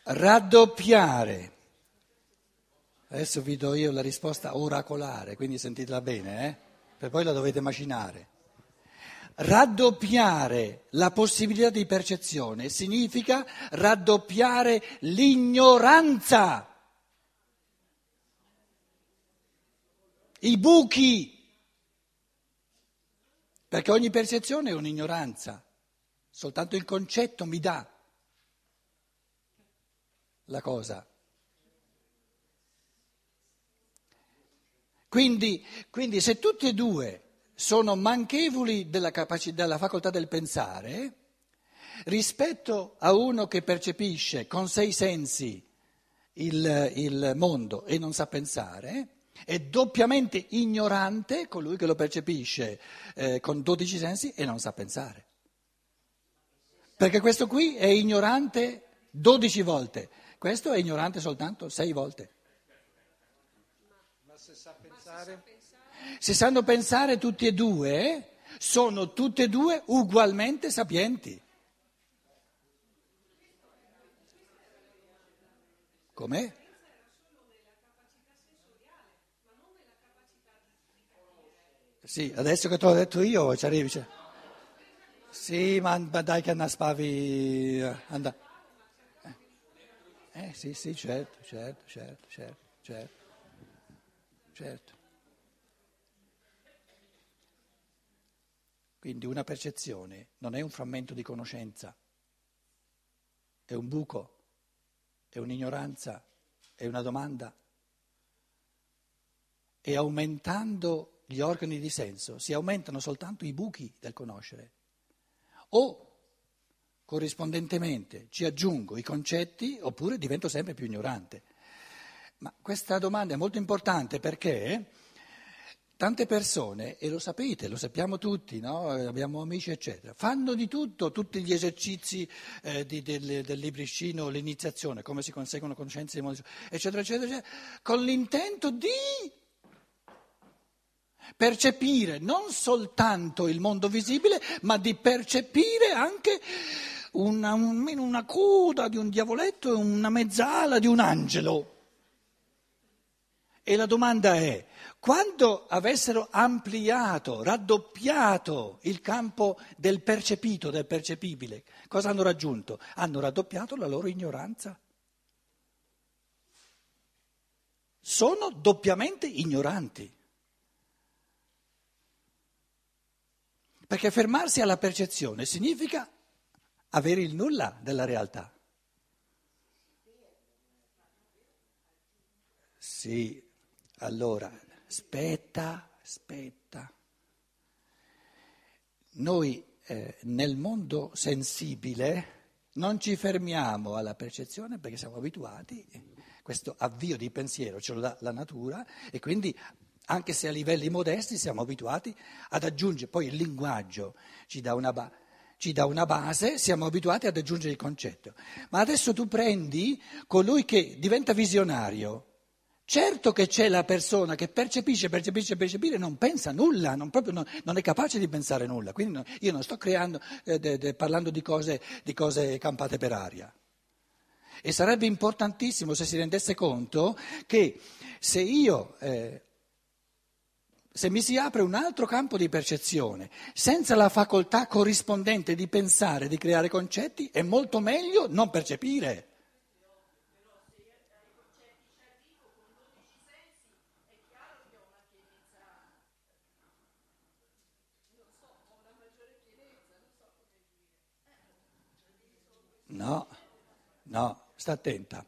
Raddoppiare. Adesso vi do io la risposta oracolare, quindi sentitela bene, per poi la dovete macinare. Raddoppiare la possibilità di percezione significa raddoppiare l'ignoranza, i buchi, perché ogni percezione è un'ignoranza, soltanto il concetto mi dà la cosa. Quindi se tutti e due sono manchevoli della facoltà del pensare, rispetto a uno che percepisce con 6 sensi il mondo e non sa pensare, è doppiamente ignorante colui che lo percepisce con 12 sensi e non sa pensare. Perché questo qui è ignorante 12 volte, questo è ignorante soltanto 6 volte. Ma se sa pensare? Se sanno pensare tutti e due, sono tutti e due ugualmente sapienti. Com'è? Sì, adesso che te l'ho detto io ci arrivi. Sì, ma dai che annaspavi. Sì, certo. Quindi una percezione non è un frammento di conoscenza, è un buco, è un'ignoranza, è una domanda. E aumentando gli organi di senso si aumentano soltanto i buchi del conoscere. O corrispondentemente ci aggiungo i concetti oppure divento sempre più ignorante. Ma questa domanda è molto importante perché tante persone, e lo sapete, lo sappiamo tutti, no? Abbiamo amici eccetera, fanno di tutto, tutti gli esercizi del libricino, l'iniziazione, come si conseguono conoscenze di modo, eccetera, con l'intento di percepire non soltanto il mondo visibile, ma di percepire anche una coda di un diavoletto e una mezzala di un angelo. E la domanda è, quando avessero ampliato, raddoppiato il campo del percepito, del percepibile, cosa hanno raggiunto? Hanno raddoppiato la loro ignoranza. Sono doppiamente ignoranti. Perché fermarsi alla percezione significa avere il nulla della realtà. Sì, allora, aspetta. Noi nel mondo sensibile non ci fermiamo alla percezione perché siamo abituati, questo avvio di pensiero ce lo dà la natura e quindi anche se a livelli modesti siamo abituati ad aggiungere, poi il linguaggio ci dà una base, siamo abituati ad aggiungere il concetto. Ma adesso tu prendi colui che diventa visionario, certo che c'è la persona che percepisce, non pensa nulla, non è capace di pensare nulla, quindi io non sto parlando di cose campate per aria. E sarebbe importantissimo se si rendesse conto che se mi si apre un altro campo di percezione, senza la facoltà corrispondente di pensare, di creare concetti, è molto meglio non percepire. No, sta attenta.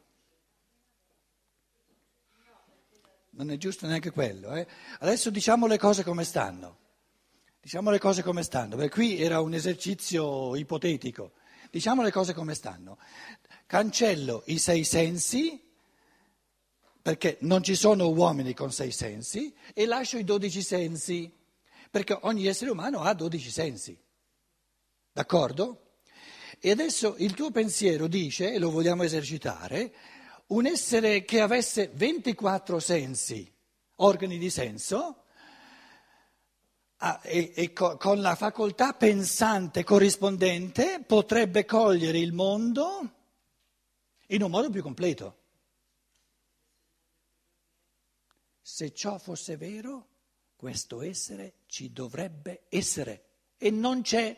Non è giusto neanche quello. Adesso diciamo le cose come stanno. Perché qui era un esercizio ipotetico. Diciamo le cose come stanno. Cancello i 6 sensi, perché non ci sono uomini con 6 sensi, e lascio i 12 sensi, perché ogni essere umano ha 12 sensi. D'accordo? E adesso il tuo pensiero dice, e lo vogliamo esercitare, un essere che avesse 24 sensi, organi di senso, con la facoltà pensante corrispondente potrebbe cogliere il mondo in un modo più completo. Se ciò fosse vero, questo essere ci dovrebbe essere e non c'è.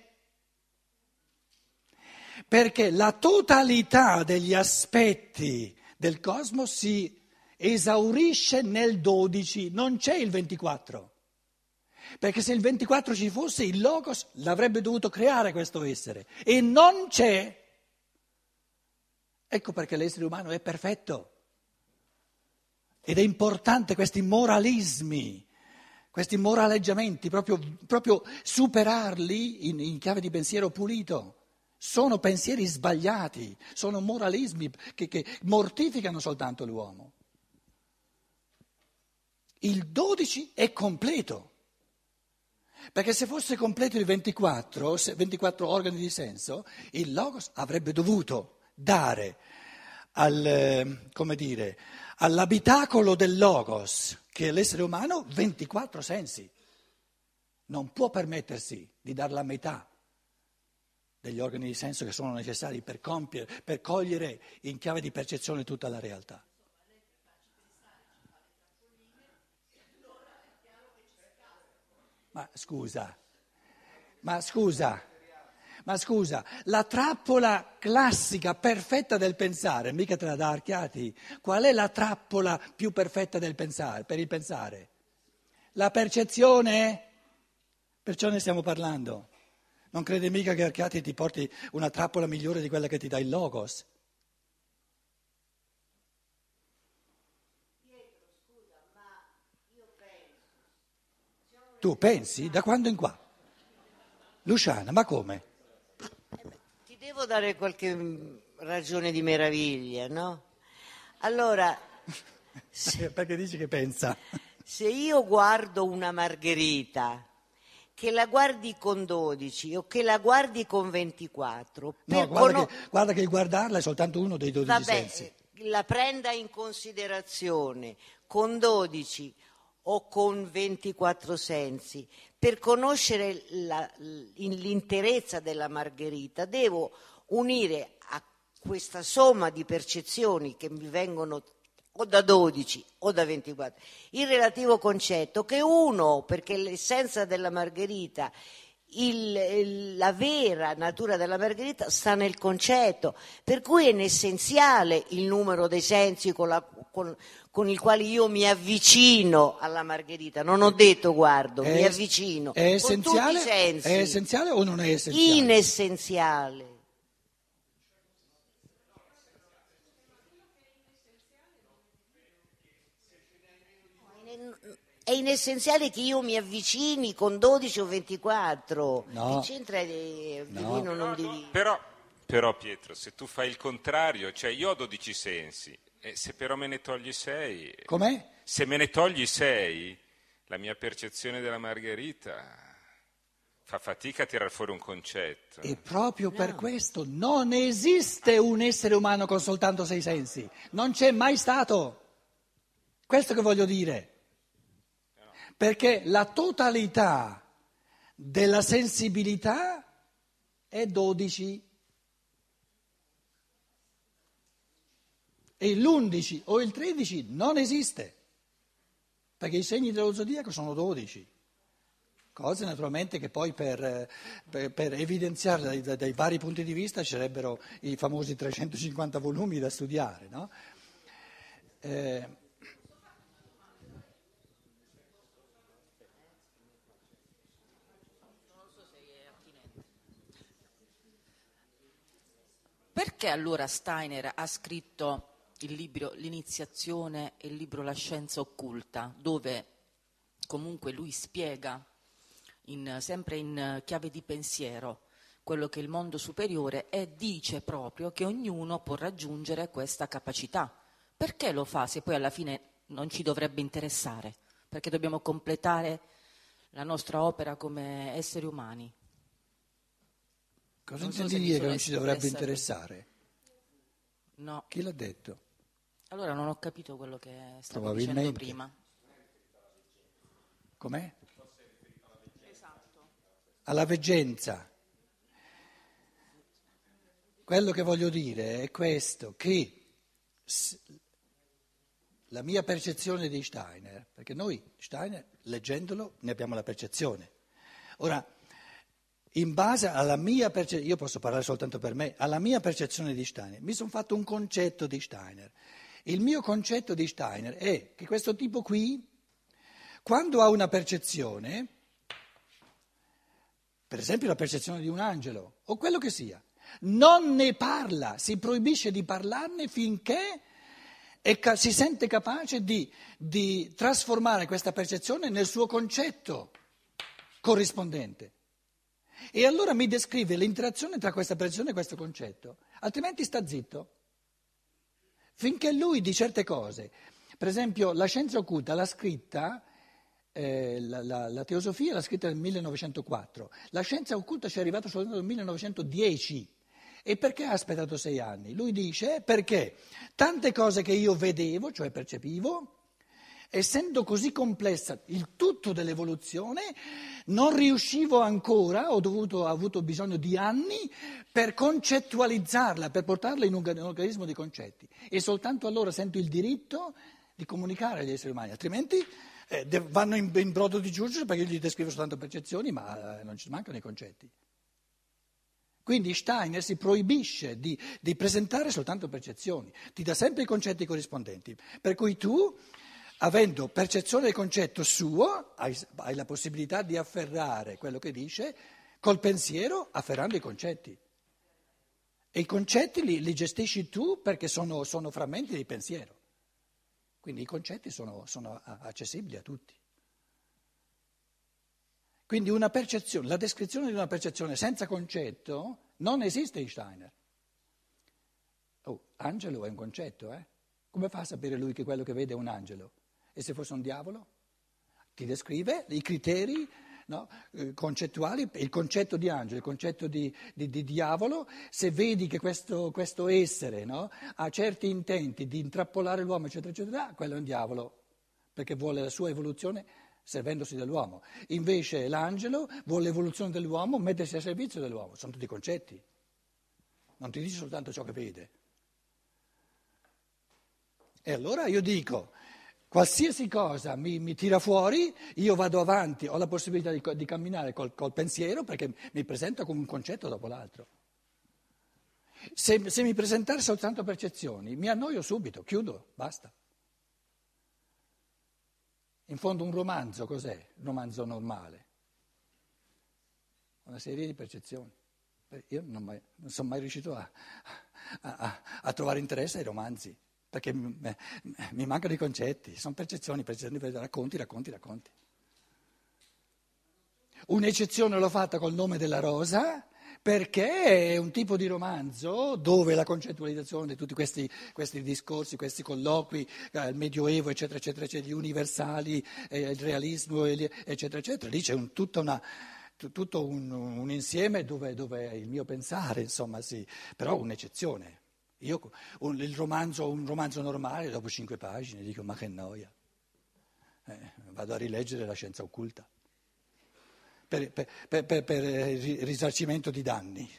Perché la totalità degli aspetti del cosmo si esaurisce nel 12, non c'è il 24. Perché se il 24 ci fosse, il Logos l'avrebbe dovuto creare questo essere e non c'è. Ecco perché l'essere umano è perfetto. Ed è importante questi moralismi, questi moraleggiamenti, proprio superarli in chiave di pensiero pulito. Sono pensieri sbagliati, sono moralismi che mortificano soltanto l'uomo. Il 12 è completo, perché se fosse completo il 24, 24 organi di senso, il Logos avrebbe dovuto dare all'abitacolo del Logos, che è l'essere umano, 24 sensi. Non può permettersi di dar la metà degli organi di senso che sono necessari per cogliere in chiave di percezione tutta la realtà. Ma scusa, la trappola classica perfetta del pensare, mica te la dà Archiati. Qual è la trappola più perfetta del pensare, per il pensare? La percezione? Perciò ne stiamo parlando. Non credi mica che Archiati ti porti una trappola migliore di quella che ti dà il Logos? Pietro, scusa, ma io penso. Tu pensi? Da quando in qua? Luciana, ma come? Ti devo dare qualche ragione di meraviglia, no? Allora, Perché dici che pensa? se io guardo una margherita, che la guardi con 12 o che la guardi con 24, No, guarda che il guardarla è soltanto uno dei 12 sensi. la prenda in considerazione con 12 o con 24 sensi, per conoscere l'interezza della margherita, devo unire a questa somma di percezioni che mi vengono o da 12 o da 24, il relativo concetto che uno, perché l'essenza della margherita, la vera natura della margherita sta nel concetto, per cui è nessenziale il numero dei sensi con il quale io mi avvicino alla margherita. Non ho detto guardo, mi avvicino. È con essenziale? Tutti i sensi. È essenziale o non è essenziale? Inessenziale. È inessenziale che io mi avvicini con 12 o 24. No. Che c'entra divino o non divino? Però Pietro, se tu fai il contrario, cioè io ho 12 sensi, e se però me ne togli 6, Com'è? se me ne togli 6, la mia percezione della margherita fa fatica a tirar fuori un concetto. E proprio per questo non esiste un essere umano con soltanto 6 sensi. Non c'è mai stato. Questo che voglio dire. Perché la totalità della sensibilità è 12. E l'11 o il 13 non esiste. Perché i segni dello zodiaco sono 12. Cose naturalmente che poi per evidenziarle dai vari punti di vista ci sarebbero i famosi 350 volumi da studiare, no? Perché allora Steiner ha scritto il libro L'iniziazione e il libro La scienza occulta, dove comunque lui spiega, sempre in chiave di pensiero, quello che è il mondo superiore e dice proprio che ognuno può raggiungere questa capacità? Perché lo fa se poi alla fine non ci dovrebbe interessare? Perché dobbiamo completare la nostra opera come esseri umani. Cosa Non so intendi se mi dire che sono non ci dovrebbe espressa interessare? No. Chi l'ha detto? Allora non ho capito quello che stavo Probabilmente. dicendo prima. Com'è? Esatto. Alla veggenza. quello che voglio dire è questo, che la mia percezione di Steiner, perché noi Steiner, leggendolo, ne abbiamo la percezione. Ora, in base alla mia percezione, io posso parlare soltanto per me, alla mia percezione di Steiner, mi sono fatto un concetto di Steiner. Il mio concetto di Steiner è che questo tipo qui, quando ha una percezione, per esempio la percezione di un angelo, o quello che sia, non ne parla, si proibisce di parlarne finché si sente capace di trasformare questa percezione nel suo concetto corrispondente. E allora mi descrive l'interazione tra questa percezione e questo concetto, altrimenti sta zitto. Finché lui di certe cose, per esempio la scienza occulta l'ha scritta, la teosofia l'ha scritta nel 1904, la scienza occulta ci è arrivata soltanto nel 1910. E perché ha aspettato 6 anni? Lui dice perché tante cose che io vedevo, cioè percepivo, essendo così complessa il tutto dell'evoluzione, non riuscivo ancora, ho avuto bisogno di anni per concettualizzarla, per portarla in un organismo di concetti. E soltanto allora sento il diritto di comunicare agli esseri umani, altrimenti vanno in brodo di giuggiolo perché io gli descrivo soltanto percezioni, ma non ci mancano i concetti. Quindi Steiner si proibisce di presentare soltanto percezioni, ti dà sempre i concetti corrispondenti, per cui tu, avendo percezione del concetto suo, hai la possibilità di afferrare quello che dice col pensiero, afferrando i concetti. E i concetti li gestisci tu perché sono frammenti di pensiero, quindi i concetti sono accessibili a tutti. Quindi una percezione, la descrizione di una percezione senza concetto non esiste in Steiner. Oh, angelo è un concetto, eh? Come fa a sapere lui che quello che vede è un angelo? E se fosse un diavolo? Ti descrive i criteri, no, concettuali, il concetto di angelo, il concetto di diavolo. Se vedi che questo essere, no, ha certi intenti di intrappolare l'uomo, eccetera, eccetera, quello è un diavolo, perché vuole la sua evoluzione servendosi dell'uomo. Invece l'angelo vuole l'evoluzione dell'uomo, mettersi a servizio dell'uomo. Sono tutti concetti. Non ti dice soltanto ciò che vede. E allora io dico, qualsiasi cosa mi tira fuori, io vado avanti, ho la possibilità di camminare col pensiero perché mi presenta come un concetto dopo l'altro. Se mi presentare soltanto percezioni, mi annoio subito, chiudo, basta. In fondo un romanzo cos'è? Un romanzo normale? Una serie di percezioni. Io non sono mai riuscito a trovare interesse ai romanzi, perché mi mancano i concetti, sono percezioni, racconti. Un'eccezione l'ho fatta col Nome della rosa, perché è un tipo di romanzo dove la concettualizzazione di tutti questi discorsi, questi colloqui, il Medioevo, eccetera, eccetera, eccetera, gli universali, il realismo, eccetera, eccetera, lì c'è tutto un insieme dove è il mio pensare, insomma, sì, però un'eccezione. Io un romanzo normale, dopo 5 pagine, dico ma che noia, vado a rileggere la scienza occulta. Per risarcimento di danni.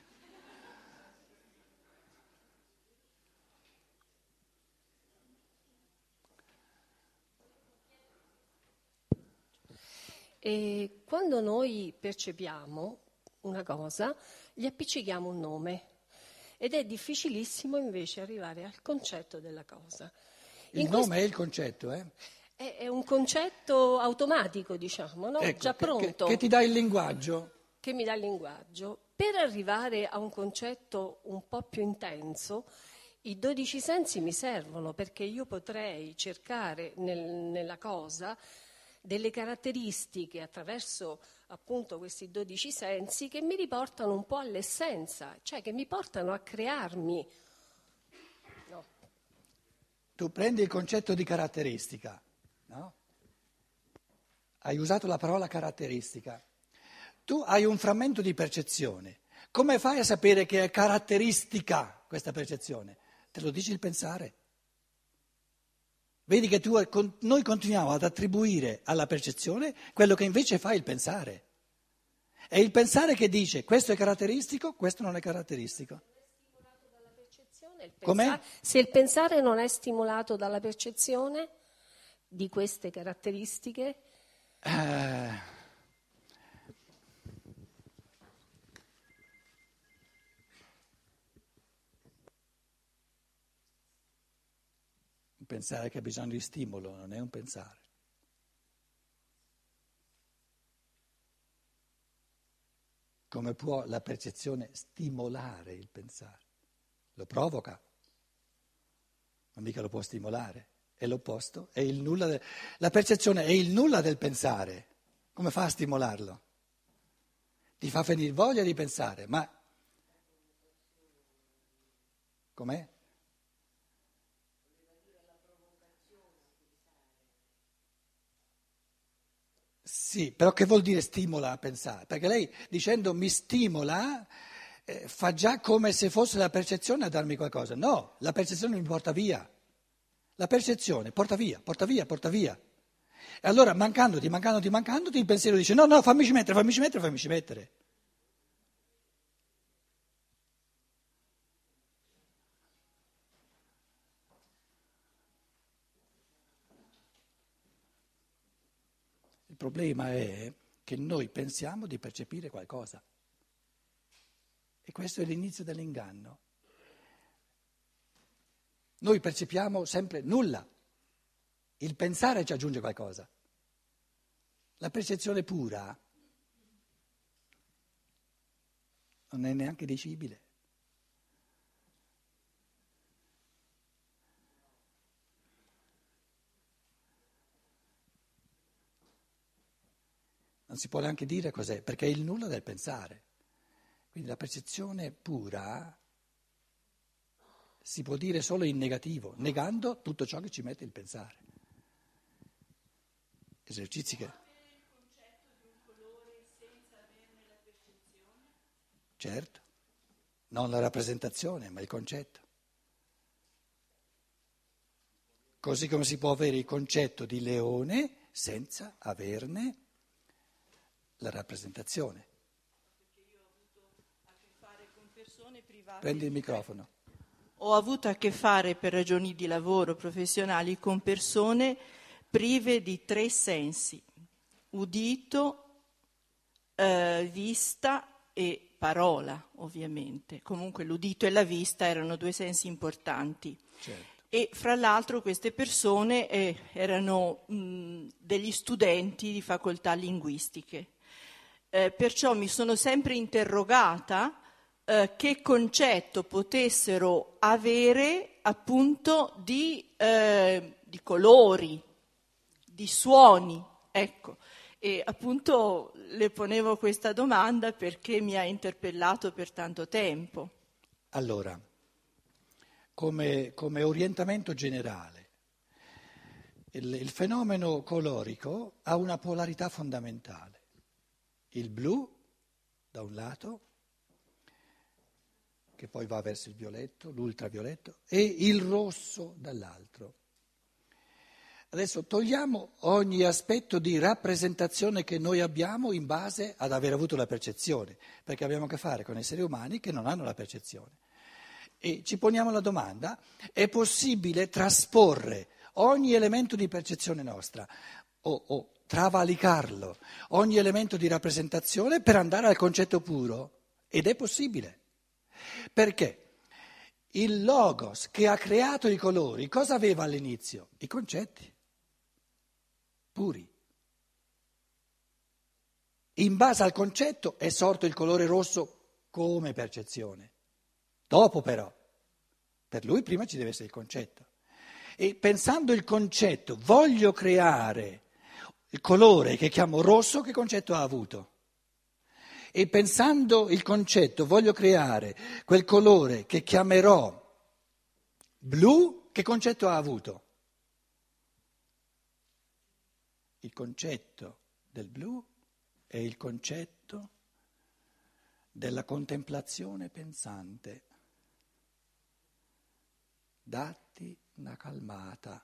E quando noi percepiamo una cosa, gli appiccichiamo un nome ed è difficilissimo invece arrivare al concetto della cosa. Il nome è il concetto, eh? È un concetto automatico, diciamo, no? Ecco, già pronto. Che ti dà il linguaggio. Che mi dà il linguaggio. Per arrivare a un concetto un po' più intenso, i 12 sensi mi servono, perché io potrei cercare nella cosa delle caratteristiche attraverso appunto questi 12 sensi che mi riportano un po' all'essenza, cioè che mi portano a crearmi. No. Tu prendi il concetto di caratteristica, no? Hai usato la parola caratteristica. Tu hai un frammento di percezione. Come fai a sapere che è caratteristica questa percezione? Te lo dice il pensare. Vedi che noi continuiamo ad attribuire alla percezione quello che invece fa il pensare. È il pensare che dice questo è caratteristico, questo non è caratteristico. Com'è? Se il pensare non è stimolato dalla percezione di queste caratteristiche, un pensare che ha bisogno di stimolo non è un pensare. Come può la percezione stimolare il pensare? Lo provoca, ma mica lo può stimolare. È l'opposto, è il nulla. La percezione è il nulla del pensare. Come fa a stimolarlo? Ti fa venire voglia di pensare, ma com'è? Sì, però che vuol dire stimola a pensare? Perché lei dicendo mi stimola fa già come se fosse la percezione a darmi qualcosa. No, la percezione mi porta via. La percezione porta via, porta via, porta via. E allora mancandoti, il pensiero dice no, fammici mettere. Il problema è che noi pensiamo di percepire qualcosa. E questo è l'inizio dell'inganno. Noi percepiamo sempre nulla. Il pensare ci aggiunge qualcosa. La percezione pura non è neanche dicibile. Non si può neanche dire cos'è, perché è il nulla del pensare. Quindi la percezione pura si può dire solo in negativo, negando tutto ciò che ci mette il pensare. Esercizi che... Il concetto di un colore senza averne la percezione? Certo, non la rappresentazione, ma il concetto. Così come si può avere il concetto di leone senza averne la rappresentazione. Perché io ho avuto a che fare con persone private. Prendi il microfono. Ho avuto a che fare per ragioni di lavoro professionali con persone prive di 3 sensi: udito, vista e parola, ovviamente. Comunque l'udito e la vista erano 2 sensi importanti. Certo. E fra l'altro queste persone erano degli studenti di facoltà linguistiche. Perciò mi sono sempre interrogata che concetto potessero avere appunto di colori, di suoni, ecco. E appunto le ponevo questa domanda perché mi ha interpellato per tanto tempo. Allora, come orientamento generale, il fenomeno colorico ha una polarità fondamentale. Il blu, da un lato, che poi va verso il violetto, l'ultravioletto, e il rosso dall'altro. Adesso togliamo ogni aspetto di rappresentazione che noi abbiamo in base ad aver avuto la percezione, perché abbiamo a che fare con esseri umani che non hanno la percezione. E ci poniamo la domanda, è possibile trasporre ogni elemento di percezione nostra o travalicarlo, ogni elemento di rappresentazione per andare al concetto puro? Ed è possibile. Perché il logos che ha creato i colori, cosa aveva all'inizio? I concetti puri. In base al concetto è sorto il colore rosso come percezione. Dopo però, per lui prima ci deve essere il concetto. E pensando il concetto, voglio creare il colore che chiamo rosso, che concetto ha avuto? E pensando il concetto, voglio creare quel colore che chiamerò blu, che concetto ha avuto? Il concetto del blu è il concetto della contemplazione pensante. Datti una calmata.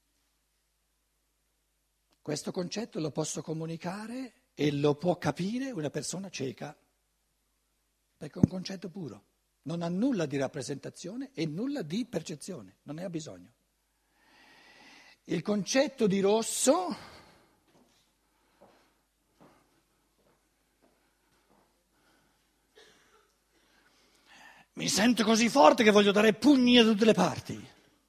Questo concetto lo posso comunicare e lo può capire una persona cieca, perché è un concetto puro. Non ha nulla di rappresentazione e nulla di percezione, non ne ha bisogno. Il concetto di rosso mi sento così forte che voglio dare pugni da tutte le parti.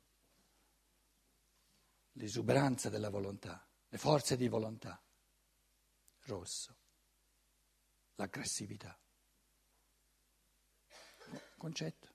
L'esuberanza della volontà, le forze di volontà. Rosso, l'aggressività. Concetto.